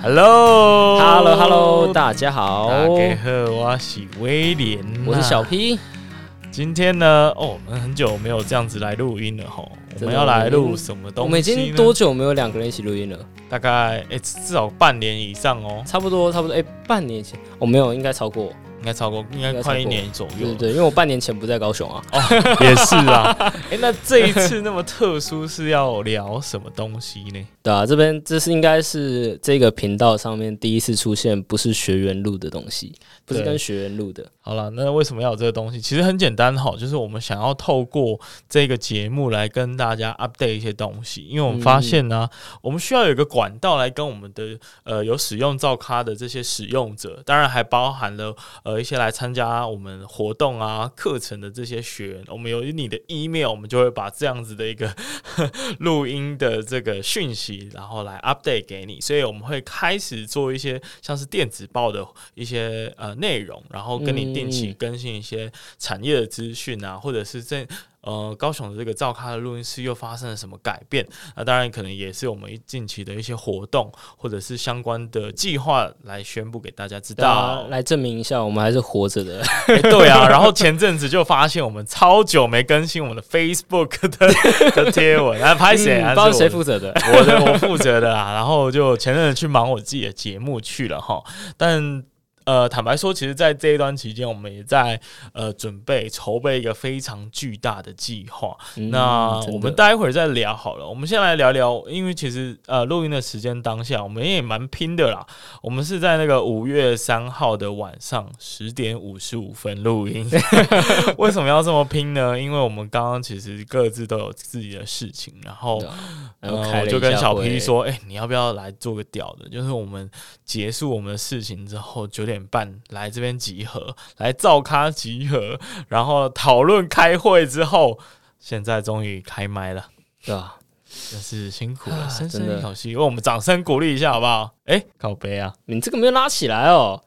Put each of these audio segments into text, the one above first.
Hello，大家好， 大家好，我是威廉， 我是小 P。 今天呢，我们很久没有这样子来录音了吼。我们要来录什么东西呢？ 我们已经多久没有两个人一起录音了？ 大概至少半年以上哦。 差不多，半年前没有，应该超过。 应该超过，应该快1年左右。 对，因为我半年前不在高雄啊。 也是啊。那这一次那么特殊，是要聊什么东西呢？ 对啊，这应该是这个频道上面第一次出现不是学员录的东西，不是跟学员录的。 好了，那为什么要有这个东西？其实很简单哈，就是我们想要透过这个节目来跟大家 update 一些东西，因为我们发现呢，我们需要有一个管道来跟我们的有使用造咖的这些使用者，当然还包含了一些来参加我们活动啊、课程的这些学员，我们有你的 email， 我们就会把这样子的一个录音的这个讯息，然后来 update 给你，所以我们会开始做一些像是电子报的一些内容，然后跟你定期更新一些产业的资讯啊，或者是在高雄的这个造咖的录音室又发生了什么改变？那当然可能也是我们近期的一些活动或者是相关的计划来宣布给大家知道， 来证明一下我们还是活着的。 对啊，然后前阵子就发现我们超久没更新我们的 Facebook 的贴文，拍谁？ 不知道谁负责的？ 我负责的啦。然后就前阵子去忙我自己的节目去了哈，但。坦白说，其实在这一段期间，我们也在准备筹备一个非常巨大的计划。那我们待会儿再聊好了。我们先来聊聊，因为其实录音的时间当下，我们也蛮拼的啦。我们是在那个5月3号的晚上10点55分录音。为什么要这么拼呢？因为我们刚刚其实各自都有自己的事情，然后我就跟小 P 说：“你要不要来做个屌的？就是我们结束我们的事情之后9点半来这边集合，来造咖集合，然后讨论开会之后，现在终于开麦了， 对吧？ 真是辛苦了，深深一口气，为我们掌声鼓励一下好不好？靠北啊， 你这个没有拉起来哦。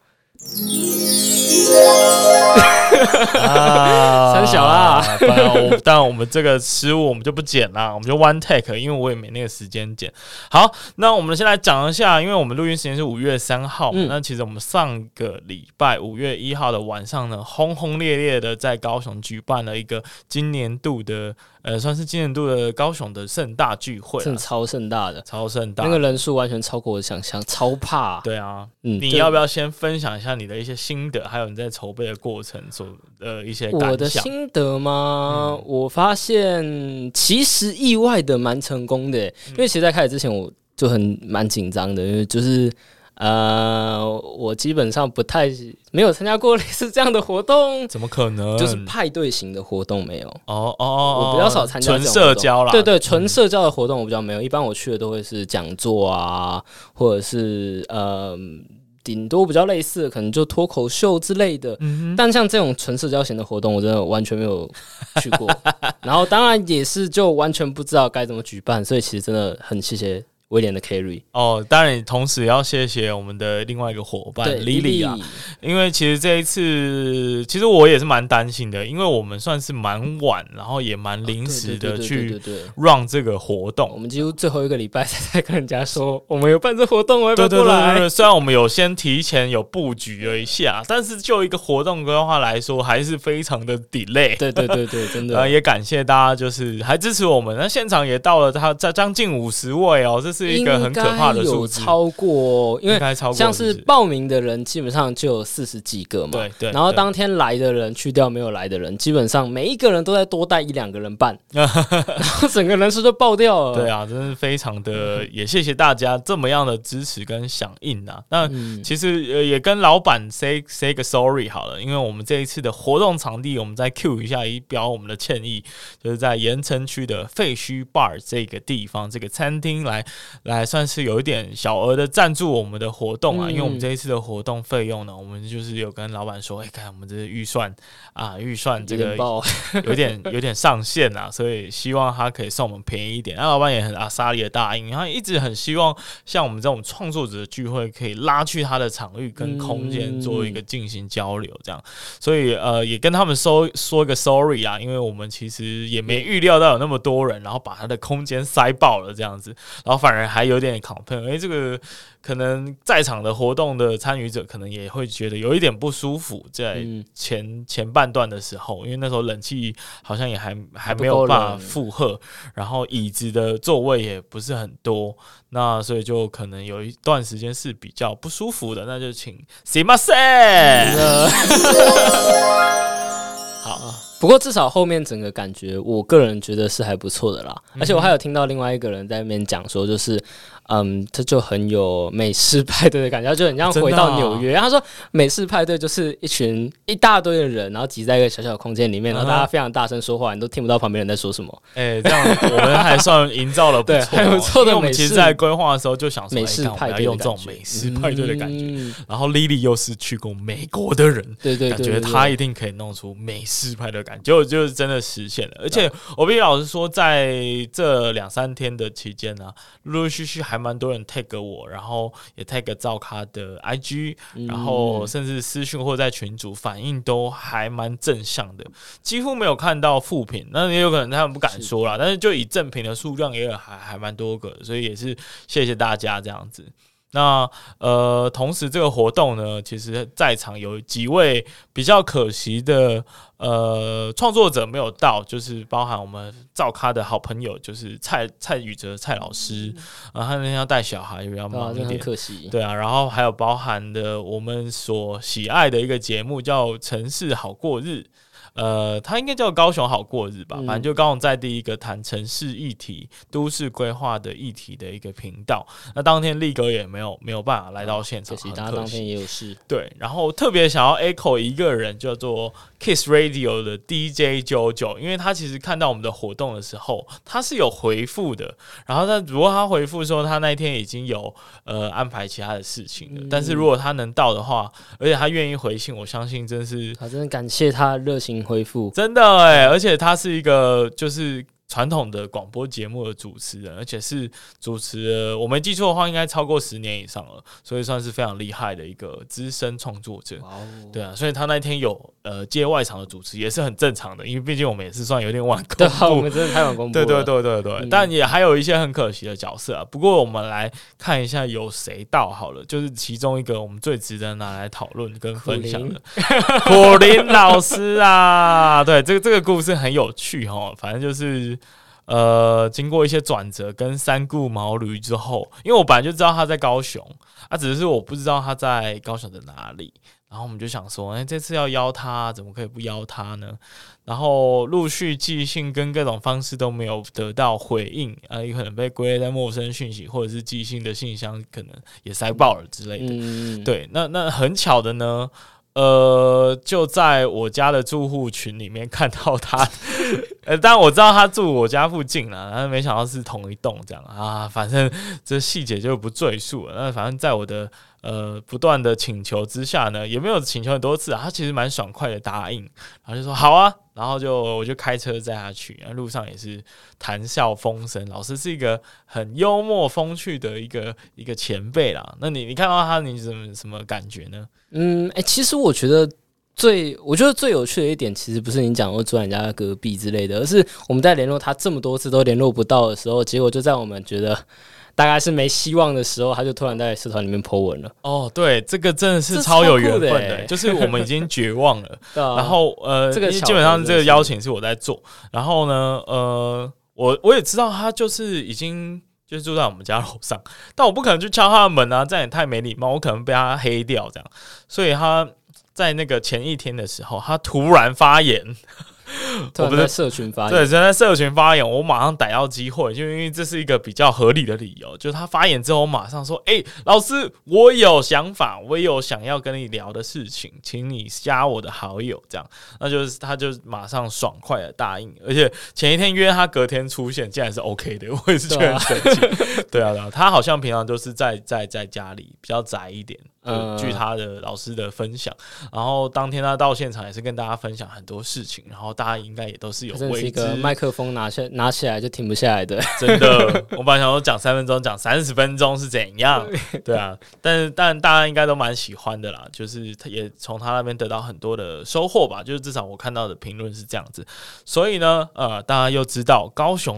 三小啦， 但我们这个失误我们就不剪啦，我们就 one take， 因为我也没那个时间剪。好，那我们先来讲一下，因为我们录音时间是5月3号，那其实我们上个礼拜5月1号的晚上呢，轰轰烈烈的在高雄举办了一个今年度的算是今年度的高雄的盛大聚会， 真的超盛大的， 超盛大， 那个人数完全超过我的想象，超怕。 对啊，你要不要先分享一下你的一些心得，还有你在筹备的过程所一些感想？ 我的心得吗？我发现其实意外的蛮成功的，因为其实在开始之前我就蛮紧张的，因为就是我基本上没有参加过类似这样的活动。 怎么可能？ 就是派对型的活动没有。 我比较少参加纯社交啦。 对，纯社交的活动我比较没有。一般我去的都会是讲座啊，或者是顶多比较类似的，可能就脱口秀之类的。但像这种纯社交型的活动，我真的完全没有去过。然后当然也是就完全不知道该怎么举办，所以其实真的很谢谢威廉的 carry。 当然同时也要谢谢我们的另外一个伙伴 Lily 啊，因为其实这一次其实我也是蛮担心的，因为我们算是蛮晚，然后也蛮临时的去 run 这个活动。 我们几乎最后一个礼拜才跟人家说我们有办这活动，我要不要过来？ 对，虽然我们有先提前有布局了一下，但是就一个活动规划来说，还是非常的 delay。 对，真的。 也感谢大家，就是还支持我们。那现场也到了他将近50位哦，这是一个很可怕的数字， 超过，因为像是报名的人基本上就有40几个嘛， 对， 然后当天来的人去掉没有来的人，基本上每一个人都在多带1-2个人办，然后整个人数就爆掉了。 对啊，真是非常的，也谢谢大家这么样的支持跟响应啊。那其实也跟老板 say 个 sorry 好了，因为我们这一次的活动场地，我们再 cue 一下，以表我们的歉意，就是在盐埕区的废墟 bar 这个地方，这个餐厅来算是有一点小额的赞助我们的活动啊，因为我们这一次的活动费用呢，我们就是有跟老板说，看我们这个预算这个有点上限啊，所以希望他可以送我们便宜一点。那老板也很阿萨利的答应，他一直很希望像我们这种创作者的聚会可以拉去他的场域跟空间做一个进行交流，这样，所以也跟他们说一个 sorry 啊，因为我们其实也没预料到有那么多人，然后把他的空间塞爆了这样子，然后反而而还有点 complain， 这个可能在场的活动的参与者可能也会觉得有一点不舒服，在前半段的时候，因为那时候冷气好像也还没有办法负荷，然后椅子的座位也不是很多，那所以就可能有一段时间是比较不舒服的，那就请すいません。 好，不过至少后面整个感觉，我个人觉得是还不错的啦。而且我还有听到另外一个人在那边讲说，就是这就很有美式派对的感觉，就很像回到纽约。他说美式派对就是一大堆的人，然后挤在一个小小的空间里面，然后大家非常大声说话，你都听不到旁边人在说什么。 这样我们还算营造了不错， 还不错的美式。 因为我们其实在规划的时候就想说， 美式派对用这种美式派对的感觉。然后 Lily 又是去过美国的人，对，感觉她一定可以弄出美式派对的感觉，就是真的实现了。而且我必须老实说，在这2-3天的期间呢，陆陆续续还蛮多人 tag 我，然后也 tag 造咖的 IG， 然后甚至私讯或在群组反应都还蛮正向的，几乎没有看到负评。那也有可能他们不敢说啦，但是就以正评的数量也还蛮多个，所以也是谢谢大家这样子。那同时这个活动呢，其实在场有几位比较可惜的创作者没有到，就是包含我们造咖的好朋友，就是蔡宇哲蔡老师，他那天要带小孩，比较忙一点， 很可惜。 对啊，然后还有包含的我们所喜爱的一个节目叫《城市好过日》。它应该叫高雄好过日吧，反正就高雄在第一个谈城市议题、都市规划的议题的一个频道。那当天力哥也没有办法来到现场， 他当天也有事。 对，然后特别想要 echo 一个人，叫做 Kiss Radio 的 DJ 99，因为他其实看到我们的活动的时候，他是有回复的。然后如果他回复说他那一天已经有安排其他的事情了，但是如果他能到的话，而且他愿意回信，我相信真的感谢他热情回复， 真的而且他是一个就是传统的广播节目的主持人，而且是主持了我没记错的话应该超过10年以上了，所以算是非常厉害的一个资深创作者。对啊，所以他那天有接外场的主持也是很正常的，因为毕竟我们也是算有点晚公布， 我们真的太晚公布了。 对，但也还有一些很可惜的角色啊。不过我们来看一下有谁到好了，就是其中一个我们最值得拿来讨论跟分享的苦苓老师啊。对，这个故事很有趣齁，反正就是经过一些转折跟三顾茅庐之后，因为我本来就知道他在高雄啊，只是我不知道他在高雄的哪里。然后我们就想说，这次要邀他，怎么可以不邀他呢？然后陆续寄信跟各种方式都没有得到回应，也可能被归类在陌生讯息，或者是寄信的信箱可能也塞爆了之类的。对，那很巧的呢。就在我家的住户群里面看到他，当然我知道他住我家附近啦，但是没想到是同一栋这样啊，反正这细节就不赘述了。那反正在我的不断的请求之下呢，也没有请求很多次啊，他其实蛮爽快的答应，然后就说好啊，然后我就开车载他去，路上也是谈笑风生。老师是一个很幽默风趣的一个前辈啦。那你看到他，你什么感觉呢？ 其实我觉得最有趣的一点，其实不是你讲我住在人家隔壁之类的，而是我们在联络他这么多次都联络不到的时候，结果就在我们觉得大概是没希望的时候，他就突然在社团里面 po 文了。 对，这个真的是超有缘分的，就是我们已经绝望了。然后这个基本上这个邀请是我在做，然后呢，我也知道他就是已经。就是住在我们家楼上，但我不可能去敲他的门啊，这样也太没礼貌，我可能被他黑掉这样。所以他在那个前一天的时候，他突然发言， 突然在社群发言， 对，在社群发言，我马上逮到机会，就因为这是一个比较合理的理由。就是他发言之后，我马上说：“老师，我有想法，我有想要跟你聊的事情，请你加我的好友。”这样，那就是他就马上爽快的答应，而且前一天约他，隔天出现，竟然是 OK 的，我也是觉得很神奇。对啊，他好像平常都是在家里比较宅一点。据他的老师的分享，然后当天他到现场也是跟大家分享很多事情，然后大家应该也都是有为之。是一个麦克风拿起来就停不下来的， 真的。我本来想说讲3分钟，讲30分钟是怎样？对啊，但大家应该都蛮喜欢的啦，就是也从他那边得到很多的收获吧，就是至少我看到的评论是这样子。所以呢，大家又知道高雄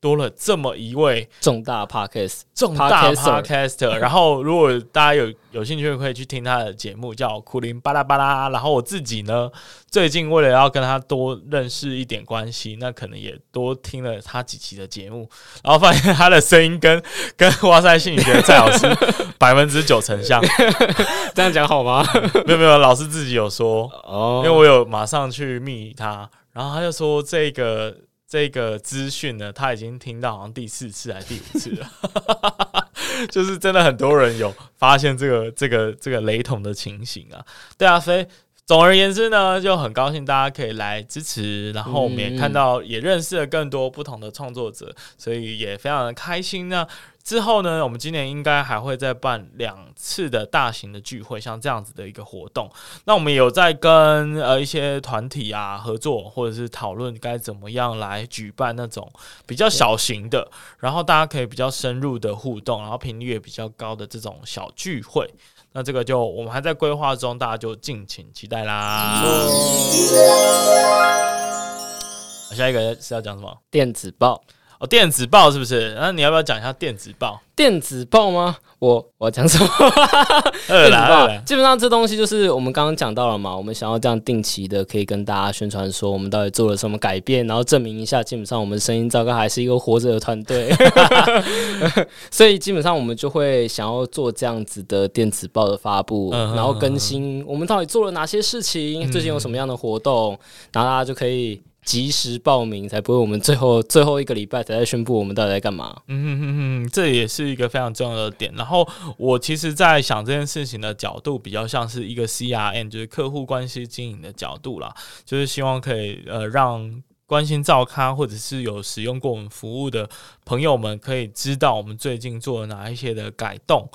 多了这么一位重大 podcaster， 然后如果大家有兴趣，可以去听他的节目叫苦林巴拉巴拉。然后我自己呢，最近为了要跟他多认识一点关系，那可能也多听了他几期的节目，然后发现他的声音跟哇塞心理学的蔡老师90%像。 这样讲好吗？ 没有，老师自己有说因为我有马上去密他，然后他就说这个资讯呢，他已经听到好像第4次还是第5次了，就是真的很多人有发现这个雷同的情形啊。对啊，所以总而言之呢，就很高兴大家可以来支持，然后我们也看到也认识了更多不同的创作者，所以也非常的开心呢。之后呢，我们今年应该还会再办2次的大型的聚会，像这样子的一个活动。那我们有在跟一些团体啊合作，或者是讨论该怎么样来举办那种比较小型的，然后大家可以比较深入的互动，然后频率也比较高的这种小聚会。那这个就我们还在规划中，大家就敬请期待啦。下一个是要讲什么？ 电子报。 电子报是不是？那你要不要讲一下电子报？ 电子报吗？我讲什么？电子报基本上这东西就是我们刚刚讲到了嘛，我们想要这样定期的可以跟大家宣传说我们到底做了什么改变，然后证明一下基本上我们声音糟糕还是一个活着的团队。所以基本上我们就会想要做这样子的电子报的发布，然后更新我们到底做了哪些事情，最近有什么样的活动，然后大家就可以及时报名，才不会我们最后一个礼拜才在宣布我们到底在干嘛。 这也是一个非常重要的点。然后我其实在想这件事情的角度比较像是一个 CRM， 就是客户关系经营的角度啦，就是希望可以让关心照咖或者是有使用过我们服务的朋友们可以知道我们最近做了哪一些的改动。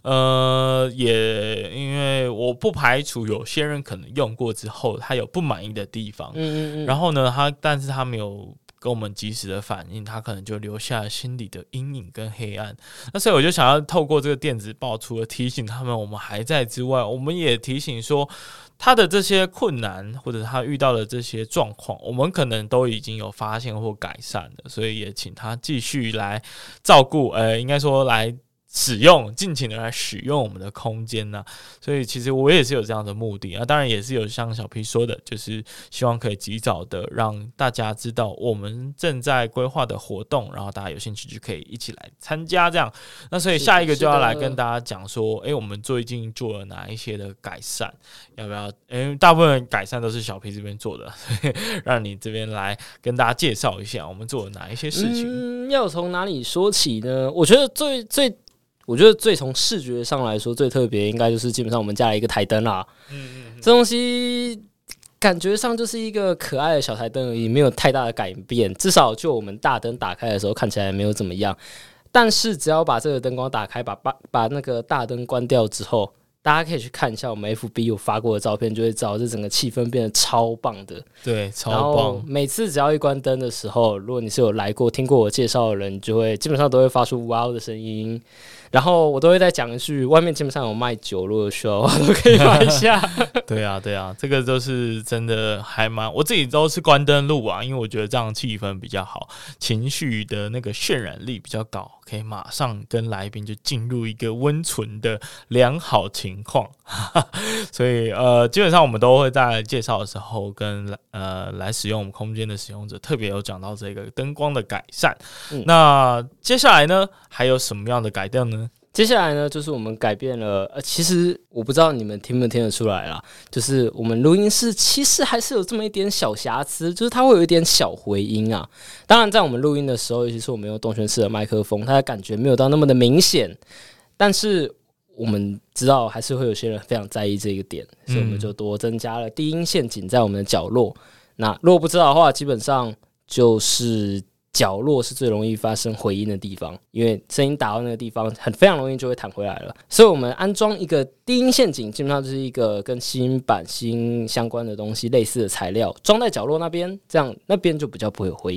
也因为我不排除有些人可能用过之后他有不满意的地方，然后呢但是他没有跟我们及时的反应，他可能就留下了心理的阴影跟黑暗。那所以我就想要透过这个电子报，除了提醒他们我们还在之外，我们也提醒说他的这些困难或者他遇到的这些状况，我们可能都已经有发现或改善了，所以也请他继续来照顾，应该说来使用，尽情的来使用我们的空间呢。所以其实我也是有这样的目的啊，当然也是有像小 P 说的，就是希望可以及早的让大家知道我们正在规划的活动，然后大家有兴趣就可以一起来参加这样。那所以下一个就要来跟大家讲说，我们最近做了哪一些的改善，要不要？大部分改善都是小 P 这边做的，所以让你这边来跟大家介绍一下我们做了哪一些事情。 要从哪里说起呢？我觉得最从视觉上来说最特别，应该就是基本上我们加了一个台灯啦。这东西感觉上就是一个可爱的小台灯而已，没有太大的改变。至少就我们大灯打开的时候看起来没有怎么样。但是只要把这个灯光打开，把那个大灯关掉之后，大家可以去看一下我们 FB 有发过的照片，就会知道这整个气氛变得超棒的。 对，超棒。 每次只要一关灯的时候，如果你是有来过听过我介绍的人，就会基本上都会发出哇哦的声音。然后我都会再讲一句，外面基本上有卖酒，如果需要的话都可以买一下。 对啊，这个都是真的还蛮，我自己都是关灯录啊，因为我觉得这样气氛比较好，情绪的那个渲染力比较高，可以马上跟来宾就进入一个温存的良好情况。所以基本上我们都会在介绍的时候跟来使用我们空间的使用者特别有讲到这个灯光的改善。那接下来呢还有什么样的改变呢？ 接下来呢，就是我们改变了，其实我不知道你们听不听得出来啦，就是我们录音室其实还是有这么一点小瑕疵，就是它会有一点小回音啊。当然，在我们录音的时候，尤其是我们用动圈式的麦克风，它的感觉没有到那么的明显，但是我们知道还是会有些人非常在意这个点，所以我们就多增加了低音陷阱在我们的角落。那如果不知道的话，基本上就是角落是最容易发生回音的地方，因为声音打到那个地方非常容易就会弹回来了，所以我们安装一个低音陷阱，基本上就是一个跟吸音板、吸音相关的东西类似的材料装在角落那边，这样那边就比较不会有回音。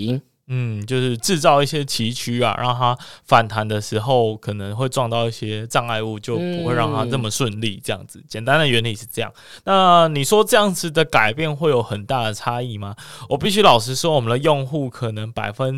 就是制造一些崎岖啊，让它反弹的时候可能会撞到一些障碍物，就不会让它这么顺利。这样子，简单的原理是这样。那你说这样子的改变会有很大的差异吗？我必须老实说，我们的用户可能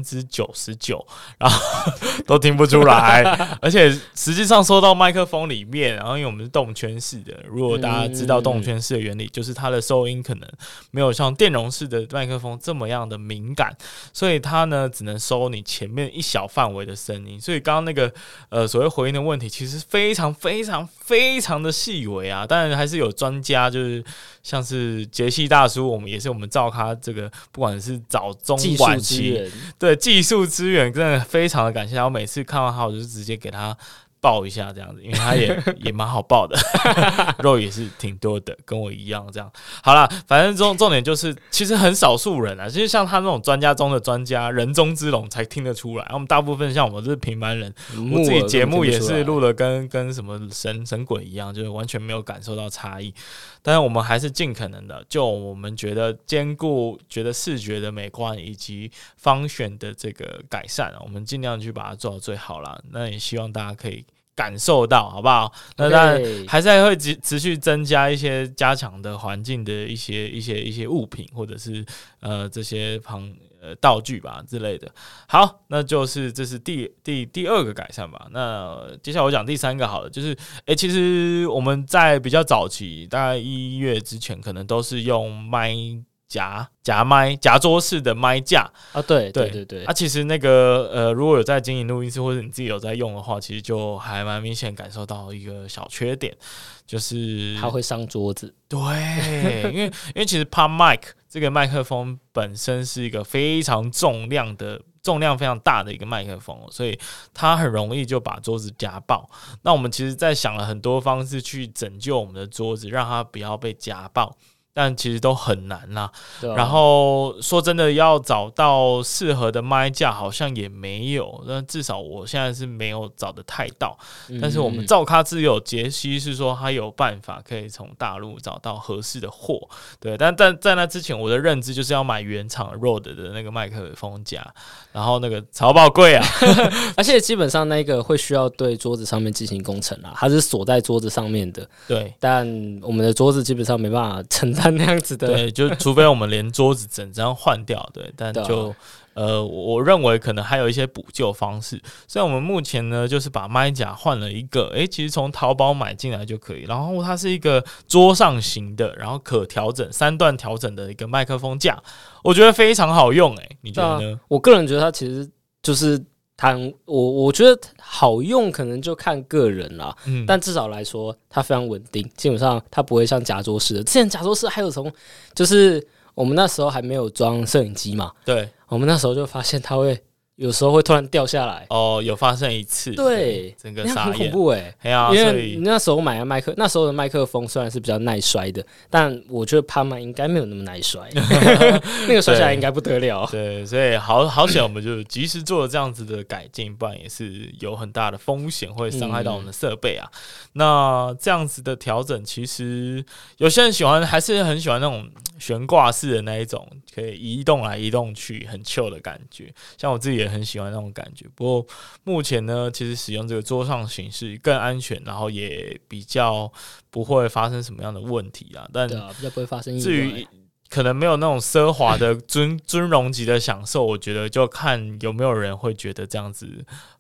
99%，然后都听不出来，而且实际上收到麦克风里面，然后因为我们是动圈式的，如果大家知道动圈式的原理，就是它的收音可能没有像电容式的麦克风这么样的敏感，所以它呢只能收你前面一小范围的声音，所以刚刚那个所谓回音的问题，其实非常非常非常的细微啊。当然还是有专家，就是像是杰西大叔，我们也是我们照咖这个，不管是早中晚期，对技术资源真的非常的感谢他。我每次看到他，我就直接给他抱一下这样子，因为他也蛮好抱的，肉也是挺多的，跟我一样这样。好啦，反正重点就是，其实很少数人啊，就是像他那种专家中的专家，人中之龙才听得出来。我们大部分像我这是平凡人，我自己节目也是录的跟什么神鬼一样，就是完全没有感受到差异。但是我们还是尽可能的，就我们觉得兼顾觉得视觉的美观以及function的这个改善，我们尽量去把它做到最好啦。那也希望大家可以感受到，好不好？那当然还是会持续增加一些加强的环境的一些物品，或者是这些道具吧之类的。好，那就是这是第二个改善吧。那接下来我讲第三个好了，就是其实我们在比较早期，大概1月之前，可能都是用麦夹桌式的麦架啊，对， 啊，其实那个如果有在经营录音室或者你自己有在用的话，其实就还蛮明显感受到一个小缺点，就是它会伤桌子。 对，因为其实 Pop Mic 这个麦克风本身是一个非常重量非常大的一个麦克风，所以它很容易就把桌子夹爆。那我们其实在想了很多方式去拯救我们的桌子，让它不要被夹爆。但其实都很难啦，然后说真的，要找到适合的麦架好像也没有，但至少我现在是没有找得太到。但是我们照咖自有杰西是说他有办法可以从大陆找到合适的货，对。但在那之前，我的认知就是要买原厂 Rode 的那个麦克风架，然后那个超爆贵啊， 而且基本上那个会需要对桌子上面进行工程啦，它是锁在桌子上面的， 对。 但我们的桌子基本上没办法承担那样子的， 对，就除非我们连桌子整张换掉，对，但就我认为可能还有一些补救方式，所以我们目前呢就是把麦夹换了一个，其实从淘宝买进来就可以，然后它是一个桌上型的，然后可调整3段调整的一个麦克风架，我觉得非常好用，你觉得呢？ 我个人觉得它其实就是我觉得好用，可能就看个人啦。但至少来说，它非常稳定，基本上它不会像夹桌式的。之前夹桌式还有就是我们那时候还没有装摄影机嘛， 对， 我们那时候就发现它会有时候会突然掉下来。 哦，有发生一次， 对， 整个傻眼， 很恐怖因为那时候买的那时候的麦克风虽然是比较耐摔的，但我觉得帕麦应该没有那么耐摔，那个摔下来应该不得了。 对，所以好险我们就及时做了这样子的改进，不然也是有很大的风险会伤害到我们的设备啊。那这样子的调整，其实有些人还是很喜欢那种悬挂式的那一种，可以移动来移动去，很 chill 的感觉。像我自己也很喜欢那种感觉。不过目前呢，其实使用这个桌上型是更安全，然后也比较不会发生什么样的问题啊。但对啊，比较不会发生意外。 至于可能没有那种奢华的尊荣级的享受，我觉得就看有没有人会觉得这样子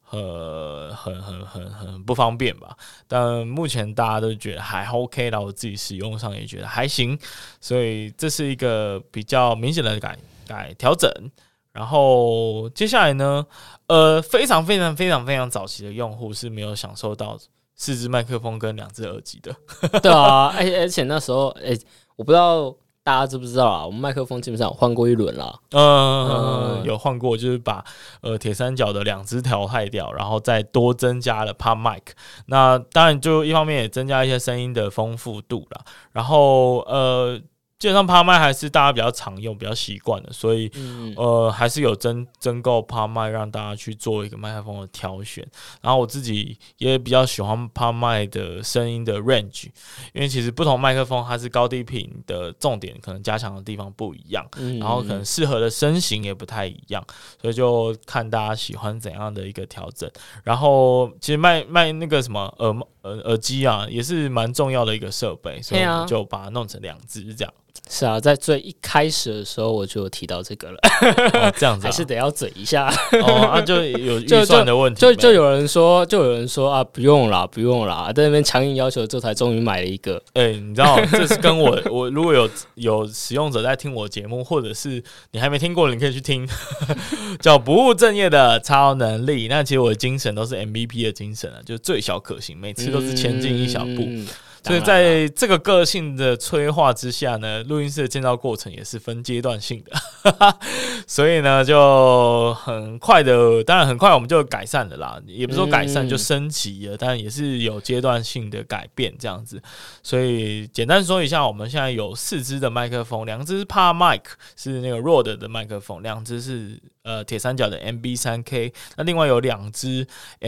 很不方便吧。但目前大家都觉得还 OK 啦，我自己使用上也觉得还行，所以这是一个比较明显的调整。然后接下来呢，非常非常非常非常早期的用户是没有享受到4支麦克风跟2支耳机的。 对啊，而且那时候我不知道大家知不知道啊，我们麦克风基本上有换过一轮啦。 有换过，就是把铁三角的2支淘汰掉，然后再多增加了 Pop Mic。那当然就一方面也增加一些声音的丰富度啦。然后基本上趴麦还是大家比较常用、比较习惯的，所以还是有增购趴麦，让大家去做一个麦克风的挑选。然后我自己也比较喜欢趴麦的声音的 range， 因为其实不同麦克风它是高低频的重点可能加强的地方不一样，然后可能适合的身形也不太一样，所以就看大家喜欢怎样的一个调整。然后其实卖那个什么耳机啊，也是蛮重要的一个设备，所以我们就把它弄成2只这样。 是啊，在最一开始的时候我就有提到这个了， 这样子还是得要嘴一下。 就有预算的问题， 就有人说啊，不用啦，在那边强硬要求，之后才终于买了一个。 你知道，这是跟我如果有使用者在听我节目，或者是你还没听过，你可以去听，叫不务正业的超能力。那其实我的精神都是 MVP 的精神啊，就是最小可行，每次都是前进一小步。所以在这个个性的催化之下呢，录音室的建造过程也是分阶段性的，所以呢就很快的，当然很快我们就改善了啦，也不是说改善就升级了，但也是有阶段性的改变这样子。所以简单说一下，我们现在有4支的麦克风，2支是 PA Mic 是那个 Rode 的麦克风，2支是铁三角的 MB3K， 那另外有2支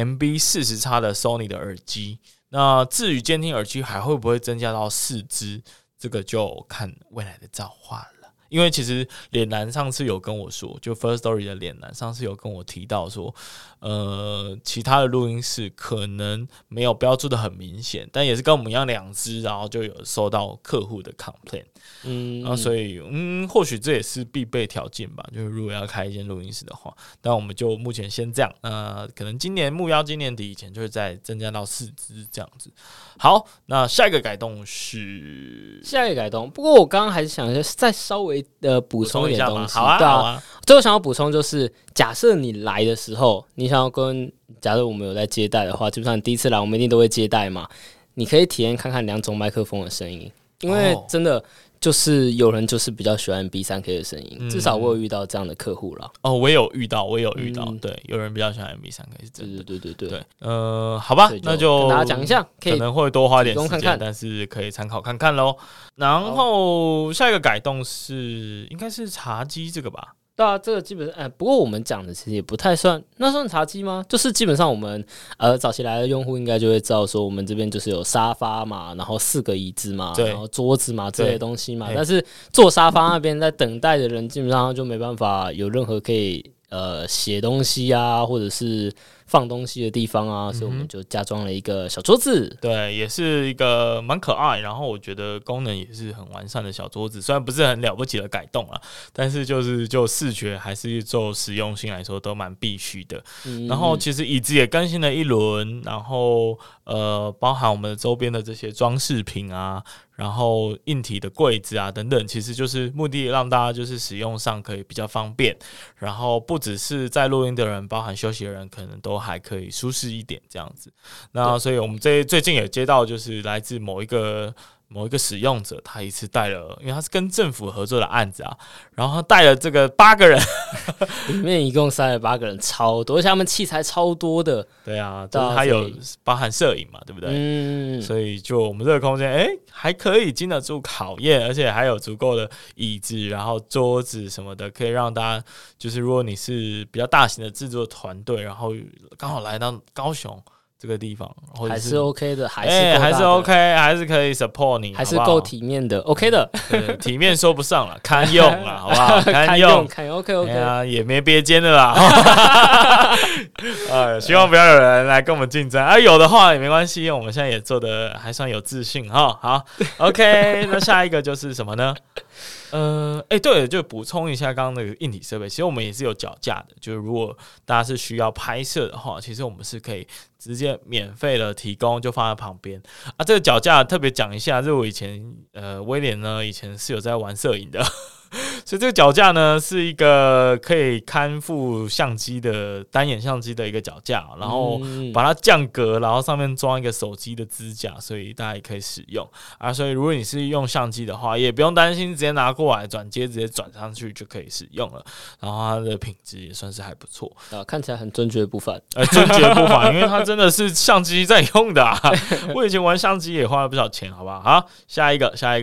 MB40X 的 Sony 的耳机。那至于监听耳机还会不会增加到4支，这个就看未来的造化了。因为其实脸男上次有跟我说，就 First Story 的脸男上次有跟我提到说，其他的录音室可能没有标注的很明显，但也是跟我们一样2支，然后就有收到客户的 complaint。然后所以或许这也是必备条件吧，就是如果要开一间录音室的话，但我们就目前先这样，可能目标今年底以前就会再增加到4支这样子。好，那下一个改动，不过我刚刚还是想再稍微补充一点东西。 好啊。 最后想要补充就是，假设你来的时候，你想要假设我们有在接待的话，基本上你第一次来，我们一定都会接待嘛。你可以体验看看2种麦克风的声音，因为真的就是有人就是比较喜欢 B3K 的声音，至少我有遇到这样的客户了。 我也有遇到，对，有人比较喜欢 B3K 是真的。 对， 好吧，那就跟大家讲一下，可能会多花点时间， 看但是可以参考看看咯。然后下一个改动应该是茶几这个吧。 对啊，这个基本上，不过我们讲的其实也不太算，那算茶几吗？就是基本上我们早期来的用户应该就会知道说，我们这边就是有沙发嘛，然后4个椅子嘛，然后桌子嘛这些东西嘛。但是坐沙发那边在等待的人，基本上就没办法有任何可以写东西啊，或者是放东西的地方啊，所以我们就加装了一个小桌子。 对，也是一个蛮可爱，然后我觉得功能也是很完善的小桌子，虽然不是很了不起的改动啊，但是就视觉还是就实用性来说都蛮必须的。然后其实椅子也更新了一轮，然后包含我们的周边的这些装饰品啊，然后硬体的柜子啊等等，其实就是目的让大家就是使用上可以比较方便，然后不只是在录音的人，包含休息的人可能都还可以舒适一点这样子。那所以我们最近也接到就是来自某一个使用者，他一次带了，因为他是跟政府合作的案子啊，然后他带了这个8个人， 里面一共塞了8个人，超多，而且他们器材超多的。 对啊，就是他有包含摄影嘛，对不对？所以就我们这个空间，还可以经得住考验，而且还有足够的椅子，然后桌子什么的，可以让大家就是如果你是比较大型的制作团队，然后刚好来到高雄这个地方， 还是 OK 的，还是 OK， 还是可以 support 你， 还是够体面的 ，OK 的， 对，体面说不上了，堪用啦，好不好？堪用 ，OK， 也没别间的啦。希望不要有人来跟我们竞争啊，有的话也没关系，我们现在也做的还算有自信哈。好 ，OK， 那下一个就是什么呢？对，就补充一下刚刚那个硬体设备，其实我们也是有脚架的，就是如果大家是需要拍摄的话，其实我们是可以直接免费的提供，就放在旁边啊。这个脚架特别讲一下，就是我以前威廉呢以前是有在玩摄影的。所以这个脚架呢是一个可以看副相机的单眼相机的一个脚架，然后把它降格，然后上面装一个手机的支架，所以大家也可以使用啊。所以如果你是用相机的话，也不用担心，直接拿过来转接，直接转上去就可以使用了。然后它的品质也算是还不错啊，看起来很尊爵不凡。 尊爵不凡，因为它真的是相机在用的啊。我以前玩相机也花了不少钱，好不好？好，下一个。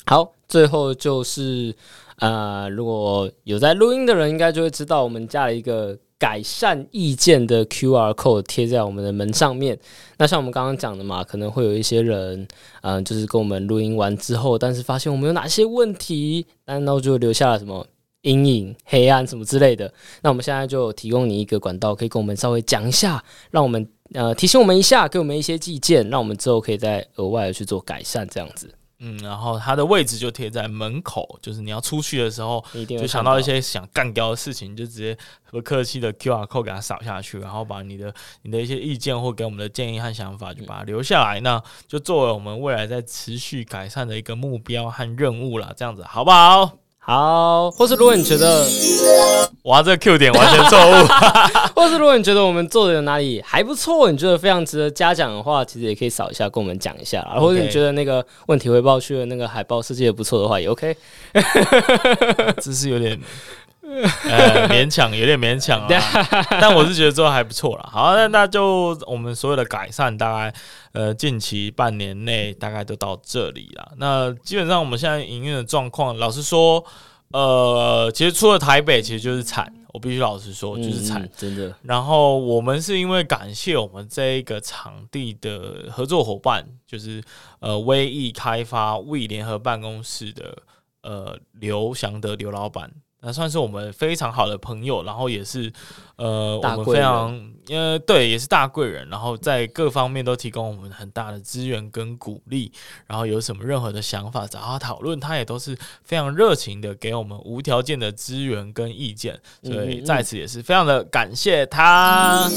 好，最后就是如果有在录音的人，应该就会知道我们加了一个改善意见的 QR code 贴在我们的门上面。那像我们刚刚讲的嘛，可能会有一些人，就是跟我们录音完之后，但是发现我们有哪些问题，但那就留下了什么阴影、黑暗什么之类的。那我们现在就提供你一个管道，可以跟我们稍微讲一下，让我们提醒我们一下，给我们一些意见，让我们之后可以再额外的去做改善，这样子。 然后它的位置就贴在门口，就是你要出去的时候，就想到一些想干掉的事情，就直接不客气的 QR code 给它扫下去，然后把你的一些意见或给我们的建议和想法，就把它留下来，那就作为我们未来在持续改善的一个目标和任务啦，这样子好不好？ 好，或是如果你觉得哇，这个 Q 点完全错误， 或是如果你觉得我们做的有哪里还不错，你觉得非常值得嘉奖的话，其实也可以扫一下跟我们讲一下啦。或者你觉得那个问题回报区的那个海报设计的不错的话，也 OK。 这是有点勉强，有点勉强啊，但我是觉得做的还不错啦。好，那就我们所有的改善，大概近期半年内大概都到这里啦。那基本上我们现在营运的状况，老实说，其实除了台北，其实就是惨。我必须老实说，就是惨， 真的。 然后我们是因为感谢我们这一个场地的合作伙伴，就是威毅开发 We 联合办公室的刘祥德刘老板。那算是我们非常好的朋友，然后也是我们非常对，也是大贵人，然后在各方面都提供我们很大的资源跟鼓励，然后有什么任何的想法找他讨论，他也都是非常热情的给我们无条件的资源跟意见，所以在此也是非常的感谢他。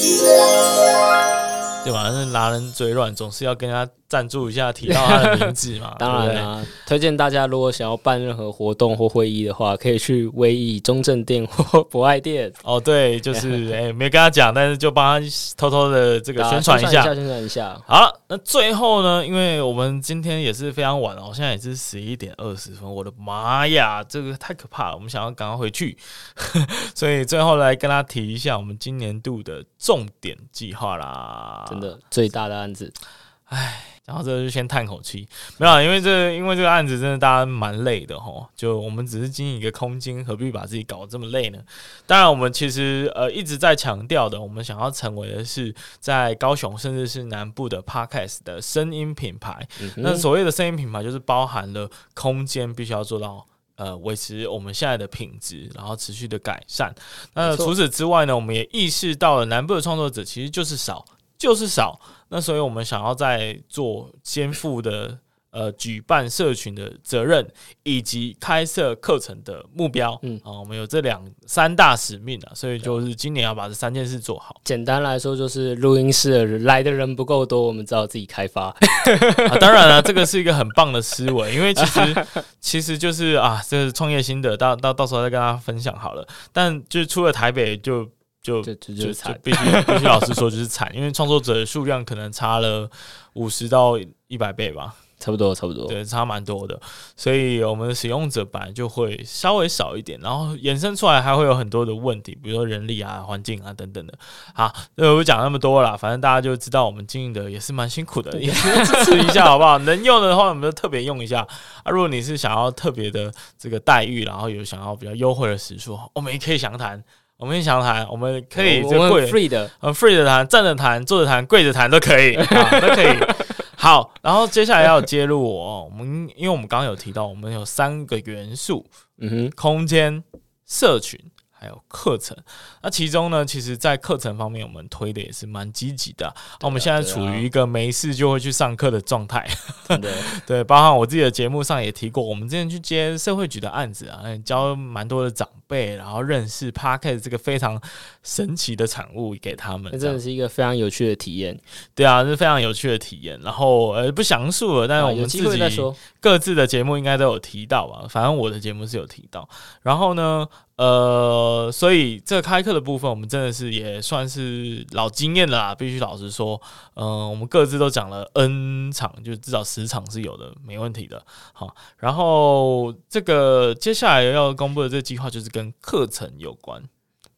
对吧？那拿人嘴软，总是要跟他赞助一下，提到他的名字嘛。 当然啦，推荐大家如果想要办任何活动或会议的话，可以去威毅中正店或博爱店。 哦，对，就是没跟他讲，但是就帮他偷偷的这个宣传一下， 宣传一下。 好了，那最后呢，因为我们今天也是非常晚了，现在也是11:20，我的妈呀，这个太可怕了，我们想要赶快回去，所以最后来跟他提一下我们今年度的重点计划啦。 真的最大的案子， 然后这就先叹口气，没有，因为这个案子真的大家蛮累的齁，就我们只是经营一个空间，何必把自己搞得这么累呢？当然，我们其实一直在强调的，我们想要成为的是在高雄甚至是南部的 Podcast 的声音品牌。那所谓的声音品牌，就是包含了空间必须要做到维持我们现在的品质，然后持续的改善。那除此之外呢，我们也意识到了南部的创作者其实就是少。那所以我们想要在做肩负的举办社群的责任，以及开设课程的目标。我们有这三大使命啊，所以就是今年要把这3件事做好。 简单来说，就是录音室来的人不够多，我们只好自己开发。 当然了，这个是一个很棒的思维，因为其实就是这是创业心得，到时候再跟大家分享好了。但就除了台北就必须老实说就是惨，因为创作者的数量可能差了50到100倍吧， 差不多， 对，差蛮多的，所以我们的使用者本来就会稍微少一点，然后衍生出来还会有很多的问题，比如说人力啊、环境啊等等的。好，我讲那么多啦，反正大家就知道我们经营的也是蛮辛苦的，也是支持一下好不好？能用的话，我们就特别用一下啊。如果你是想要特别的这个待遇，然后有想要比较优惠的时数，我们也可以详谈。我们可以我们 free 的 ，free 的谈，站着谈，坐着谈，跪着谈都可以，都可以。好，然后接下来要接入因为我们刚刚有提到，我们有3个元素，空间、社群还有课程。那其中呢，其实在课程方面我们推的也是蛮积极的。我们现在处于一个没事就会去上课的状态。对，包含我自己的节目上也提过，我们之前去接社会局的案子啊，教蛮多的长辈，然后认识 Podcast 这个非常神奇的产物给他们。 那真的是一个非常有趣的体验。 对啊，是非常有趣的体验。然后不详述了，但是我们自己各自的节目应该都有提到吧，反正我的节目是有提到。然后呢，所以这个开课的部分，我们真的是也算是老经验了啦，必须老实说，我们各自都讲了 N 场，就至少10场是有的，没问题的。好，然后这个接下来要公布的这个计划就是跟课程有关。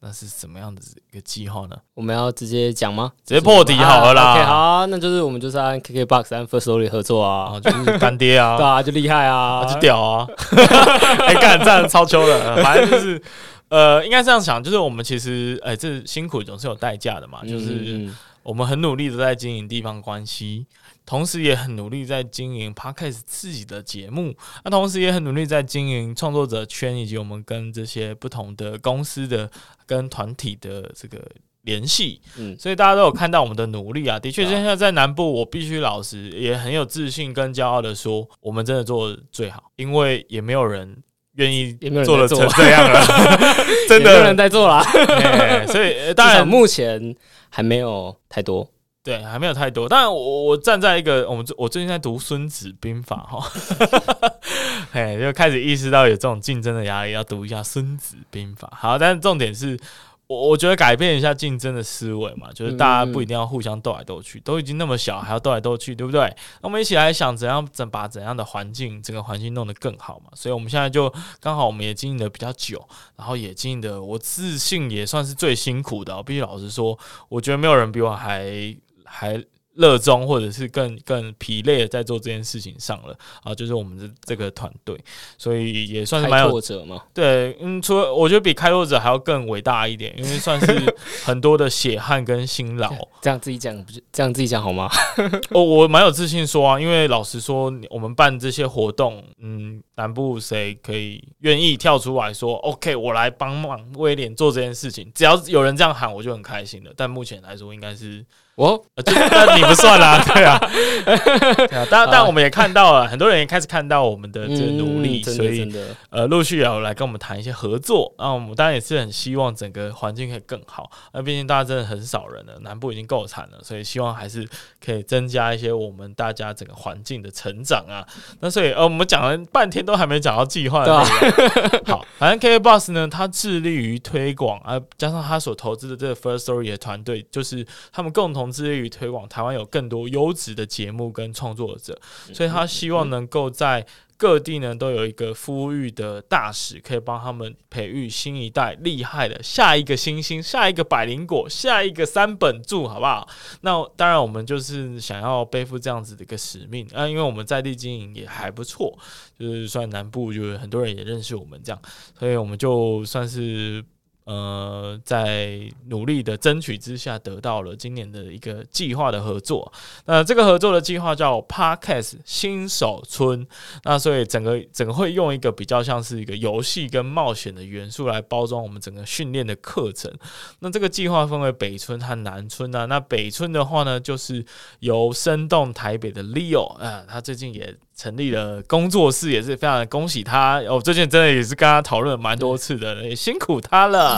那是什么样的一个计划呢？ 我们要直接讲吗？ 直接破题好了啦。 OK， 好，那就是我们就是按 KKBOX 和 Firstory 合作啊， 就是干爹啊， 对啊，就厉害啊， 就屌啊，干这样超秋的，反正就是。应该这样想，就是我们其实，这辛苦总是有代价的嘛。就是我们很努力的在经营地方关系，同时也很努力在经营 Podcast 自己的节目，那同时也很努力在经营创作者圈，以及我们跟这些不同的公司的跟团体的这个联系。所以大家都有看到我们的努力啊。的确，现在在南部，我必须老实也很有自信跟骄傲的说，我们真的做得最好，因为也没有人。愿意做的成这样了，真的没有人在做啦。 所以当然目前还没有太多， 对，还没有太多。当然我站在一个我最近在读《孙子兵法》哈，就开始意识到有这种竞争的压力，要读一下《孙子兵法》。好，但是重点是。我觉得改变一下竞争的思维嘛，就是大家不一定要互相斗来斗去，都已经那么小还要斗来斗去，对不对？那我们一起来想把怎样的整个环境弄得更好嘛。所以我们现在就刚好我们也经营的比较久，然后也经营的我自信也算是最辛苦的。我必须老实说，我觉得没有人比我还热衷或者是更疲累的在做这件事情上了啊，就是我们这个团队，所以也算是蛮有开拓者嘛。 对，除了我觉得比开拓者还要更伟大一点，因为算是很多的血汗跟辛劳。 这样自己讲好吗？ 我蛮有自信说啊，因为老实说，我们办这些活动，南部谁可以愿意跳出来说 ，OK， 我来帮忙威廉做这件事情，只要有人这样喊，我就很开心的。但目前来说，应该是。但你不算啦，对啊，但我们也看到了，很多人也开始看到我们的这个努力，所以陆续有来跟我们谈一些合作。那我们当然也是很希望整个环境可以更好。那毕竟大家真的很少人了，南部已经够惨了，所以希望还是可以增加一些我们大家整个环境的成长啊。那所以我们讲了半天都还没讲到计划的内容。好，反正 KKBOX 呢，它致力于推广啊，加上他所投资的这个 Firstory 的团队，就是他们共同致力于推广台湾有更多优质的节目跟创作者，所以他希望能够在各地呢都有一个孵育的大使，可以帮他们培育新一代厉害的下一个新星、下一个百灵果、下一个三本柱，好不好？那当然我们就是想要背负这样子的一个使命啊，因为我们在地经营也还不错，就是算南部就很多人也认识我们这样，所以我们就算是。在努力的争取之下，得到了今年的一个计划的合作。那这个合作的计划叫 Podcast 新手村。那所以整个会用一个比较像是一个游戏跟冒险的元素来包装我们整个训练的课程。那这个计划分为北村和南村啊。那北村的话呢，就是由生动台北的 Leo 他最近也成立了工作室，也是非常的恭喜他。我最近真的也是跟他讨论了蛮多次的，也辛苦他了。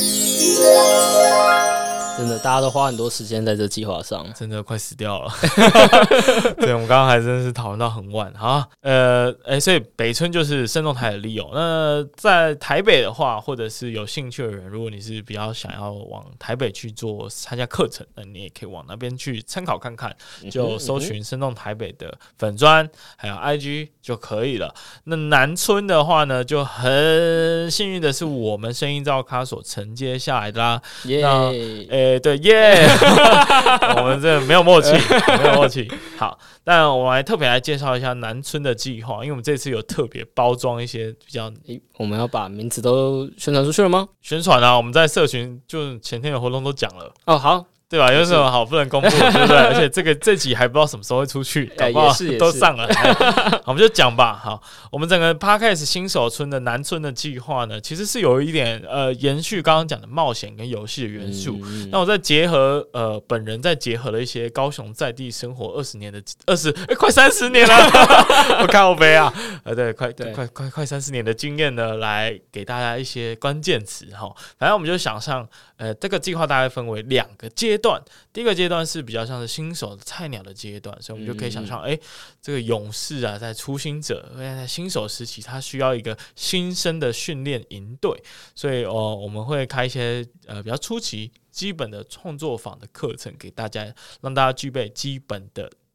真的，大家都花很多时间在这计划上， 真的快死掉了。对，我们刚刚还真是讨论到很晚啊。所以北村就是生动台的 Leo。那在台北的话，或者是有兴趣的人，如果你是比较想要往台北去参加课程，那你也可以往那边去参考看看，就搜寻生动台北的粉专还有 IG 就可以了。那南村的话呢，就很幸运的是我们声音照咖所承接下来的啦。对耶，我们这没有默契，没有默契。好，但我们来特别来介绍一下南村的计划，因为我们这次有特别包装一些比较。 我们要把名字都宣传出去了吗？ 宣传啊，我们在社群就前天的活动都讲了。 哦，好。 对吧？有什么好不能公布的，对不对？而且这集还不知道什么时候会出去，搞不好都上了。我们就讲吧。好，我们整个 Podcast 新手村的南村的计划呢，其实是有一点延续刚刚讲的冒险跟游戏的元素。那我再结合本人再结合了一些高雄在地生活快30年了，我靠北啊！对，快30年的经验呢，来给大家一些关键词哈。反正我们就想象，这个计划大概分为2个阶段。第一个阶段是比较像是新手的菜鸟的阶段，所以我们就可以想象，这个勇士啊，在初心者，在新手时期，他需要一个新生的训练营队，所以我们会开一些比较初期基本的创作坊的课程给大家，让大家具备基本的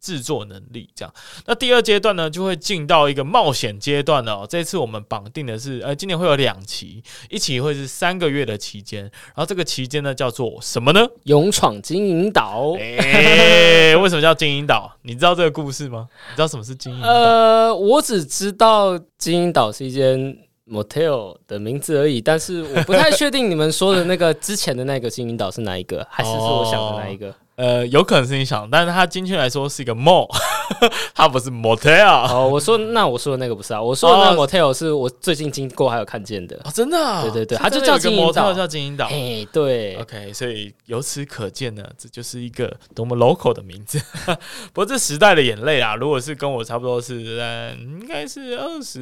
制作能力这样。那第二阶段呢，就会进到一个冒险阶段了哦。这次我们绑定的是，今年会有2期，一期会是3个月的期间，然后这个期间呢叫做什么呢？ 勇闯金银岛。 为什么叫金银岛？你知道这个故事吗？你知道什么是金银岛？ 我只知道金银岛是一间motel 的名字而已，但是我不太确定你们说的那个之前的那个金银岛是哪一个，还是我想的那一个？ 有可能是你想，但是它精确来说是一个 mall， 它不是 motel。 哦，我说的那个不是啊，我说的那个 motel 是我最近经过还有看见的。 哦，真的啊？ 对对对，它就叫金银岛， 叫金银岛。 哎，对 ，OK， 所以由此可见呢，这就是一个多么 local 的名字。不过这时代的眼泪啊，如果是跟我差不多是，应该是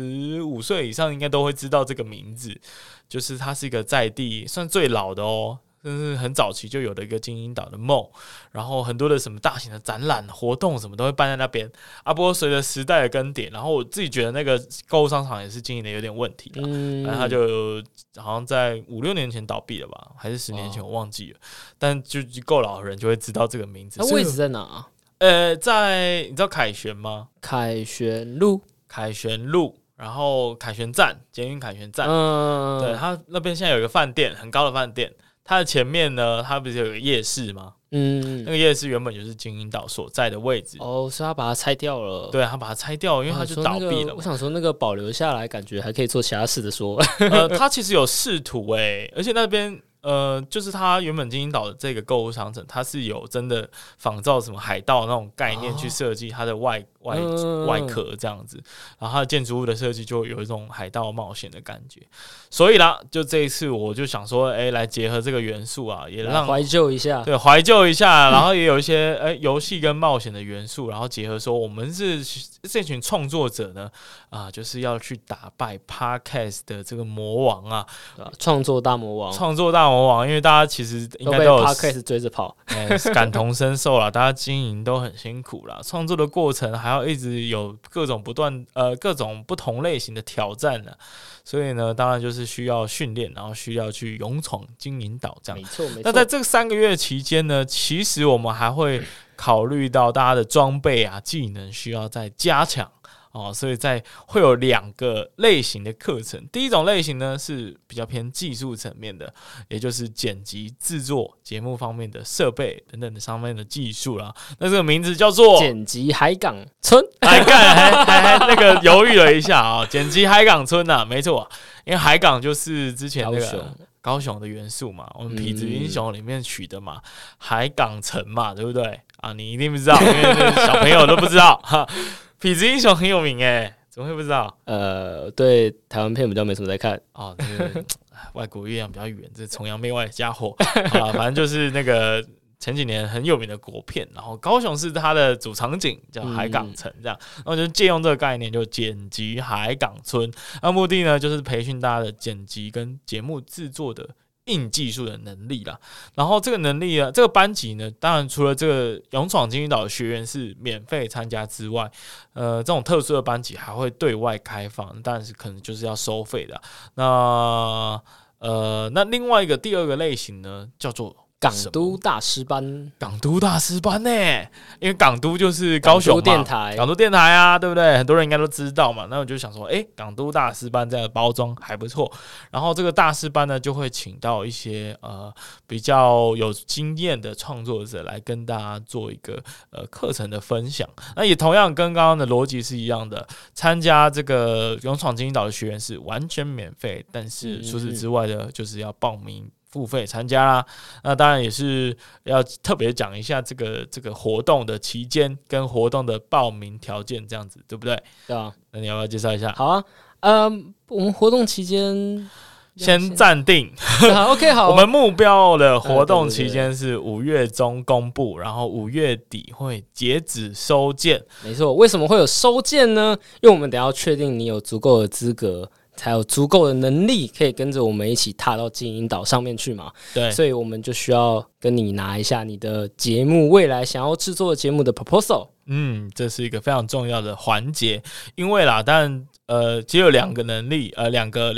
25岁以上，应该都会知道这个名字，就是它是一个在地算最老的哦。真是很早期就有的一个金银岛的 mall， 然后很多的什么大型的展览活动什么都会办在那边啊。不过随着时代的更迭，然后我自己觉得那个购物商场也是经营的有点问题了，然后它就好像在5-6年前倒闭了吧，还是10年前我忘记了。但就够老的人就会知道这个名字。 它位置在哪啊？ 在你知道凯旋吗？ 凯旋路， 然后凯旋站，捷运凯旋站，对，它那边现在有一个饭店，很高的饭店。它的前面呢，它不是有个夜市吗？那个夜市原本就是金银岛所在的位置。 哦，所以他把它拆掉了。 对，他把它拆掉了，因为它就倒闭了。 我想说那个保留下来，感觉还可以做其他事的说。 他其实有视图而且那边就是它原本金银岛的这个购物商城，它是有真的仿照什么海盗那种概念去设计它的外壳这样子，然后它的建筑物的设计就有一种海盗冒险的感觉。所以啦，就这一次我就想说，来结合这个元素啊，也让怀旧一下， 对，怀旧一下，然后也有一些游戏跟冒险的元素，然后结合说我们是这群创作者呢，就是要去打败 Podcast 的这个魔王啊， 创作大魔王，因为大家其实应该都有被 Podcast 追着跑， 感同身受啦，大家经营都很辛苦啦，创作的过程还要一直有各种不同类型的挑战呢，所以呢，当然就是需要训练，然后需要去勇闯金银岛这样。 没错。 那在这3个月期间呢，其实我们还会考虑到大家的装备啊、技能需要再加强。所以会有2个类型的课程。第一种类型呢是比较偏技术层面的，也就是剪辑制作节目方面的设备等等的上面的技术啦。那这个名字叫做剪辑海港村。 还那个犹豫了一下啊，剪辑海港村啊，没错，因为海港就是之前那个高雄的元素嘛，我们痞子英雄里面取的嘛，海港城嘛，对不对啊？你一定不知道，因为小朋友都不知道哈。痞子英雄很有名怎么会不知道？ 对台湾片比较没什么在看哦，这个外国月亮比较圆，这崇洋媚外的家伙反正就是那个前几年很有名的国片，然后高雄是它的主场景叫海港城这样，然后就借用这个概念，就剪辑海港村。那目的呢，就是培训大家的剪辑跟节目制作的硬技术的能力啦，然后这个能力呢，这个班级呢，当然除了这个勇闯金银岛的学员是免费参加之外，这种特殊的班级还会对外开放，当然是可能就是要收费的。那另外一个第2个类型呢，叫做港都大师班呢，因为港都就是高雄嘛，港都电台啊，对不对？很多人应该都知道嘛。那我就想说，港都大师班这样的包装还不错。然后这个大师班呢，就会请到一些比较有经验的创作者来跟大家做一个课程的分享。那也同样跟刚刚的逻辑是一样的，参加这个勇闯金银岛的学员是完全免费，但是除此之外的，就是要报名付费参加啦。那当然也是要特别讲一下这个活动的期间跟活动的报名条件，这样子对不对？ 对啊。 那你要不要介绍一下？ 好啊，我们活动期间先暂定 OK 好。 我们目标的活动期间是5月中公布，然后5月底会截止收件。 没错，为什么会有收件呢？因为我们等一下要确定你有足够的资格，才有足够的能力可以跟着我们一起踏到金银岛上面去嘛。 对， 所以我们就需要跟你拿一下你的节目未来想要制作的节目的 proposal。 这是一个非常重要的环节，因为啦，当然其实有2个能力，两个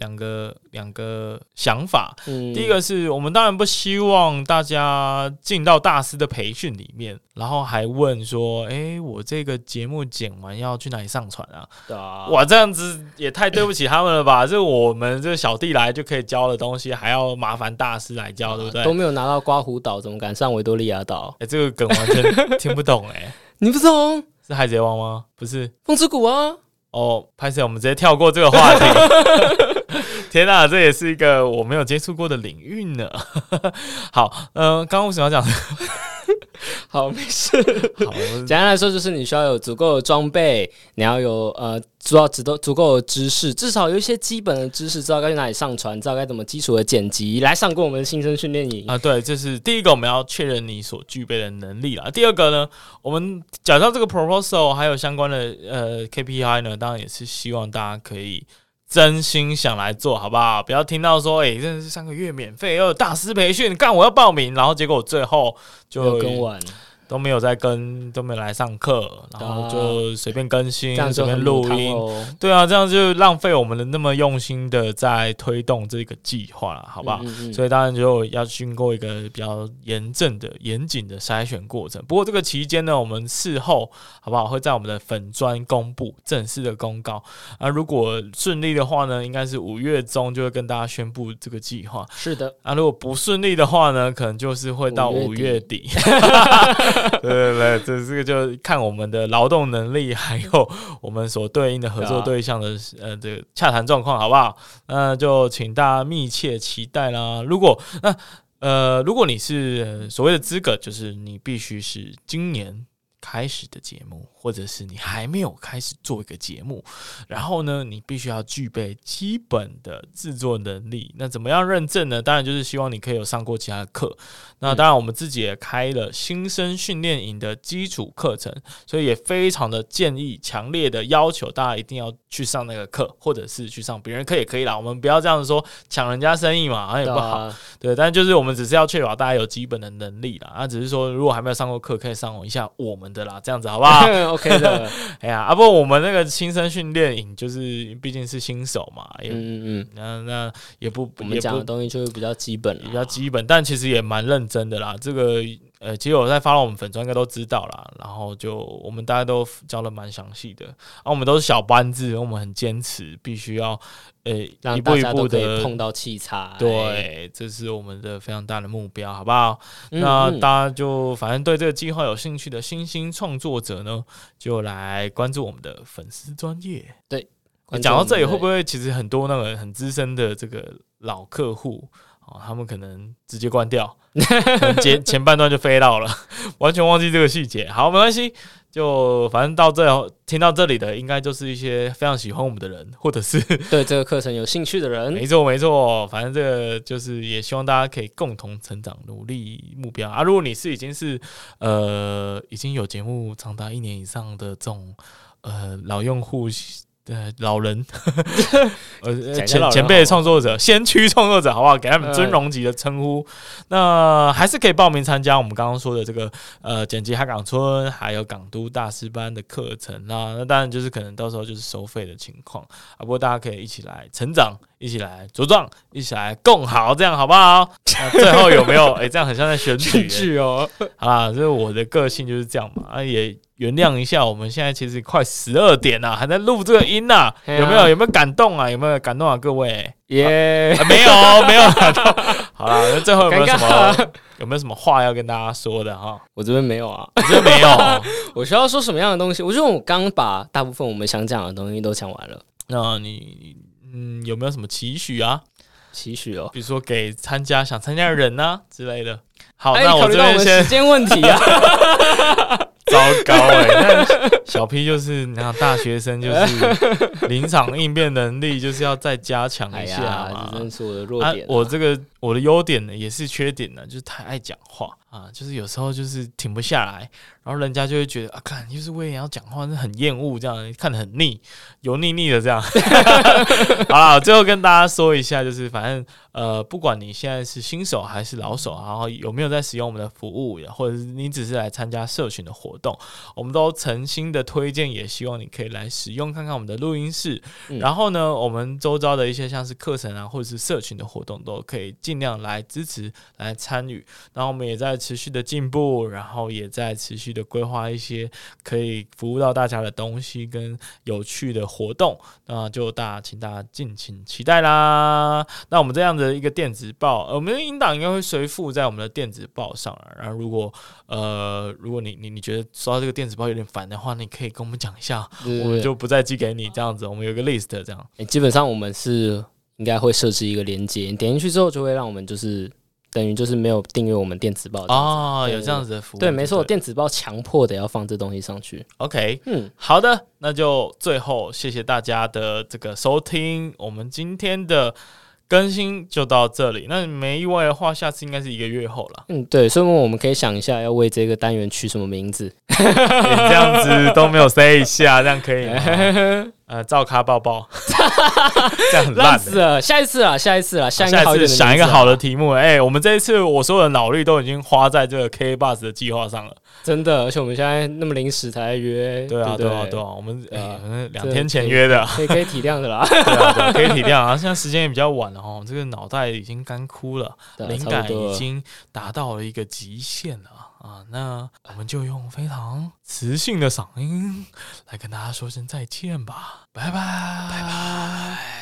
想法。第一个是我们当然不希望大家进到大师的培训里面，然后还问说，我这个节目剪完要去哪里上传啊？ 对啊， 哇，这样子也太对不起他们了吧？这我们这小弟来就可以教的东西，还要麻烦大师来教，对不对？ 都没有拿到刮胡岛，怎么敢上维多利亚岛？ 这个梗完全听不懂你不懂？ 是海贼王吗？不是， 风之谷啊。 拍摄我们直接跳过这个话题。天哪，这也是一个我没有接触过的领域呢。好，刚刚为什么要讲？ 好，没事。好，简单来说就是你需要有足够的装备，你要有足够的知识，至少有一些基本的知识，知道该去哪里上传，知道该怎么基础的剪辑，来上过我们的新生训练营啊。对，这是第一个我们要确认你所具备的能力啦。第二个呢，我们讲到这个 proposal 还有相关的KPI 呢，当然也是希望大家可以真心想来做，好不好？不要听到说，真的是3个月免费，又有大师培训，干我要报名，然后结果最后就跟完。 都没有在跟，都没有来上课，然后就随便更新，随便录音，对啊，这样就浪费我们的那么用心的在推动这个计划了，好不好？所以当然就要经过一个比较严谨的筛选过程。不过这个期间呢，我们事后好不好会在我们的粉专公布正式的公告啊。如果顺利的话呢，应该是5月中就会跟大家宣布这个计划。 是的啊，如果不顺利的话呢，可能就是会到5月底。对，这个就看我们的劳动能力，还有我们所对应的合作对象的这个洽谈状况，好不好？那就请大家密切期待啦。如果你是所谓的资格，就是你必须是今年开始的节目，或者是你还没有开始做一个节目，然后呢，你必须要具备基本的制作能力。那怎么样认证呢？当然就是希望你可以有上过其他的课。那当然，我们自己也开了新生训练营的基础课程，所以也非常的建议、强烈的要求大家一定要去上那个课，或者是去上别人课也可以啦。我们不要这样子说抢人家生意嘛，好像也不好。对，但就是我们只是要确保大家有基本的能力啦。只是说如果还没有上过课，可以上一下我们的啦，这样子好不好 ？OK 的。 不过我们那个新生训练营就是毕竟是新手嘛，那也不我们讲的东西就会比较基本啦， 比较基本，但其实也蛮认真的啦。这个其实我在follow我们粉专应该都知道啦，然后就我们大家都教的蛮详细的，我们都是小班制，我们很坚持，必须要一步一步的碰到器材， 对，这是我们的非常大的目标，好不好？那大家就反正对这个计划有兴趣的新兴创作者呢，就来关注我们的粉丝专页。对，讲到这里，会不会其实很多那个很资深的这个老客户？他们可能直接关掉，可能前半段就飞到了，完全忘记这个细节。好，没关系，就反正到听到这里的，应该就是一些非常喜欢我们的人，或者是对这个课程有兴趣的人。 没错，反正这个就是也希望大家可以共同成长，努力目标啊。如果你是已经有节目长达1年以上的这种老用户。老人前辈的创作者，先驱创作者，好不好？给他们尊荣级的称呼。那还是可以报名参加我们刚刚说的这个剪辑海港村，还有港都大师班的课程。那当然就是可能到时候就是收费的情况不过大家可以一起来成长，一起来茁壮，一起来共好，这样好不好？那最后有没有？这样很像在选举哦。 好啦，这我的个性就是这样嘛。也原谅一下，我们现在其实快12点了，还在录这个音呢，有没有感动啊？有没有感动啊？各位，没有感动。好啦，那最后有没有什么话要跟大家说的哈？ 我这边没有啊， 你这边没有。 我需要说什么样的东西？我觉得我刚把大部分我们想讲的东西都讲完了。 那你有没有什么期许啊？ 期许哦， 比如说给想参加的人啊之类的。好，那我这边时间问题啊。 糟糕那小 P 就是大学生，就是临场应变能力就是要再加强一下嘛。 这真是我的弱点。 我的优点呢也是缺点呢，就是太爱讲话就是有时候就是停不下来，然后人家就会觉得啊，看就是威廉要讲话，很厌恶，这样看得很腻，油腻腻的这样。好啦，最后跟大家说一下，就是反正不管你现在是新手还是老手，然后有没有在使用我们的服务，或者是你只是来参加社群的活动，我们都诚心的推荐，也希望你可以来使用看看我们的录音室。然后呢，我们周遭的一些像是课程啊，或者是社群的活动，都可以尽量来支持、来参与。然后我们也在持续的进步，然后也在持续的规划一些可以服务到大家的东西跟有趣的活动。那就请大家敬请期待啦。那我们这样的一个电子报，我们的音档应该会随附在我们的电子报上了。然后如果你觉得收到这个电子报有点烦的话，你可以跟我们讲一下，我们就不再寄给你这样子。我们有个 list 这样。 基本上我们是应该会设置一个连结，你点进去之后就会让我们就是等于就是没有订阅我们电子报有这样子的服务。 对，没错，电子报强迫的要放这东西上去。 OK， 好的，那就最后谢谢大家的这个收听，我们今天的更新就到这里。那没意外的话，下次应该是1个月后了。 对，所以我们可以想一下要为这个单元取什么名字。 你这样子都没有 say 一下，这样可以吗？照咖抱抱，这样很烂死了。下一次想一个好的题目。我们这一次我所有的脑力都已经花在这个 K-Bus 的计划上了， 真的。而且我们现在那么临时才约， 对啊，我们2天前约的， 可以体谅的啦。 对，可以体谅啊。现在时间也比较晚了这个脑袋已经干枯了，灵感已经达到了一个极限了。那我们就用非常磁性的嗓音来跟大家说声再见吧，拜拜，拜拜。